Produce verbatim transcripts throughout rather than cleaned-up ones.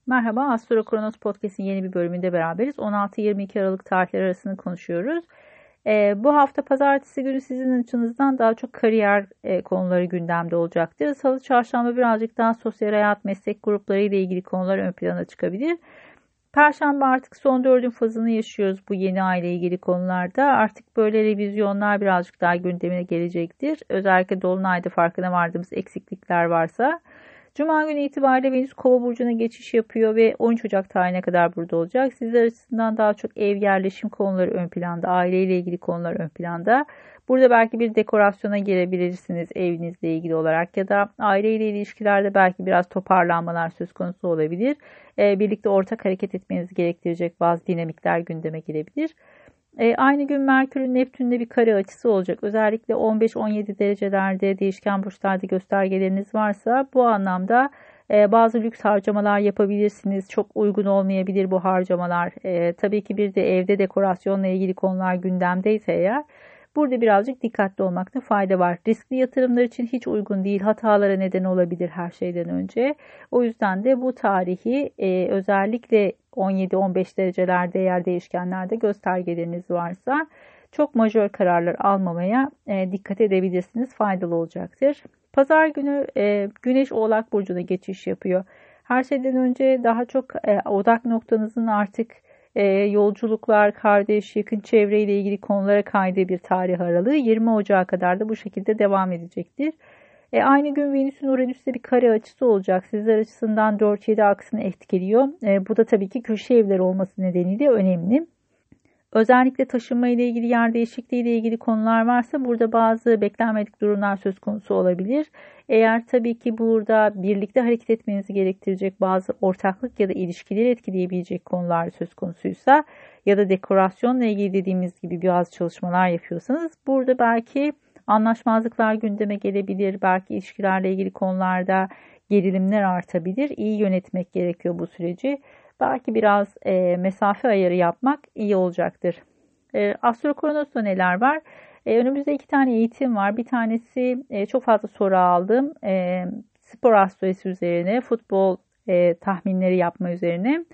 Merhaba, Astro Kronos Podcast'in yeni bir bölümünde beraberiz. on altı yirmi iki Aralık tarihleri arasını konuşuyoruz. Ee, bu hafta pazartesi günü sizin açınızdan daha çok kariyer e, konuları gündemde olacaktır. Salı, çarşamba birazcık daha sosyal hayat, meslek grupları ile ilgili konular ön plana çıkabilir. Perşembe artık son dördün fazını yaşıyoruz bu yeni ay ile ilgili konularda. Artık böyle revizyonlar birazcık daha gündemine gelecektir. Özellikle Dolunay'da farkına vardığımız eksiklikler varsa. Cuma günü itibariyle Venüs Kova burcuna geçiş yapıyor ve on üç Ocak tarihine kadar burada olacak. Sizler açısından daha çok ev yerleşim konuları ön planda, aileyle ilgili konular ön planda. Burada belki bir dekorasyona girebilirsiniz evinizle ilgili olarak ya da aileyle ilişkilerde belki biraz toparlanmalar söz konusu olabilir. Birlikte ortak hareket etmenizi gerektirecek bazı dinamikler gündeme gelebilir. E, aynı gün Merkür'ün Neptün'le bir kare açısı olacak. Özellikle on beş on yedi derecelerde değişken burçlarda göstergeleriniz varsa bu anlamda e, bazı lüks harcamalar yapabilirsiniz. Çok uygun olmayabilir bu harcamalar. E, tabii ki bir de evde dekorasyonla ilgili konular gündemdeyse eğer burada birazcık dikkatli olmakta fayda var. Riskli yatırımlar için hiç uygun değil. Hatalara neden olabilir her şeyden önce. O yüzden de bu tarihi e, özellikle on yedi on beş derecelerde eğer değişkenlerde göstergeleriniz varsa çok majör kararlar almamaya e, dikkat edebilirsiniz. Faydalı olacaktır. Pazar günü e, Güneş Oğlak Burcu'na geçiş yapıyor. Her şeyden önce daha çok e, odak noktanızın artık e, yolculuklar, kardeş, yakın çevreyle ilgili konulara kaydığı bir tarih aralığı yirmi Ocak'a kadar da bu şekilde devam edecektir. E, aynı gün Venüs'ün Uranüs'te bir kare açısı olacak. Sizler açısından dört yedi aksını etkiliyor. E, bu da tabii ki köşe evleri olması nedeniyle önemli. Özellikle taşınma ile ilgili, yer değişikliği ile ilgili konular varsa burada bazı beklenmedik durumlar söz konusu olabilir. Eğer tabii ki burada birlikte hareket etmenizi gerektirecek bazı ortaklık ya da ilişkileri etkileyebilecek konular söz konusuysa ya da dekorasyonla ilgili dediğimiz gibi bazı çalışmalar yapıyorsanız burada belki anlaşmazlıklar gündeme gelebilir. Belki ilişkilerle ilgili konularda gerilimler artabilir. İyi yönetmek gerekiyor bu süreci. Belki biraz e, mesafe ayarı yapmak iyi olacaktır. E, Astro Kronos'ta neler var? E, önümüzde iki tane eğitim var. Bir tanesi e, çok fazla soru aldım. E, spor astrolojisi üzerine, futbol e, tahminleri yapma üzerine.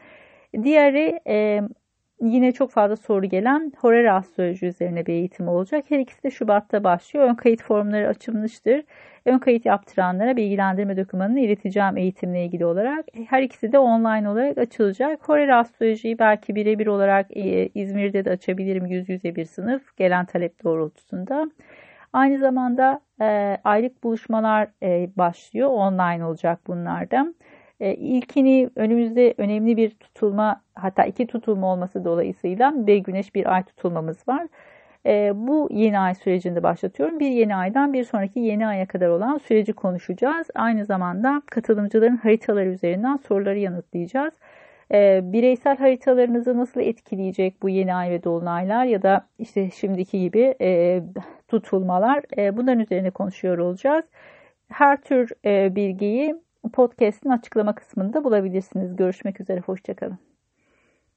Diğeri e, yine çok fazla soru gelen Horary astroloji üzerine bir eğitim olacak. Her ikisi de Şubat'ta başlıyor. Ön kayıt formları açılmıştır. Ön kayıt yaptıranlara bilgilendirme dokümanını ileteceğim eğitimle ilgili olarak. Her ikisi de online olarak açılacak. Horary astrolojiyi belki birebir olarak İzmir'de de açabilirim yüz yüze bir sınıf gelen talep doğrultusunda. Aynı zamanda aylık buluşmalar başlıyor. Online olacak bunlardan. E, ilkini önümüzde önemli bir tutulma, hatta iki tutulma olması dolayısıyla bir güneş bir ay tutulmamız var. E, bu yeni ay sürecinde başlatıyorum. Bir yeni aydan bir sonraki yeni aya kadar olan süreci konuşacağız. Aynı zamanda katılımcıların haritaları üzerinden soruları yanıtlayacağız. E, bireysel haritalarınızı nasıl etkileyecek bu yeni ay ve dolunaylar ya da işte şimdiki gibi e, tutulmalar, e, bunların üzerine konuşuyor olacağız. Her tür e, bilgiyi podcast'in açıklama kısmında bulabilirsiniz. Görüşmek üzere, hoşça kalın.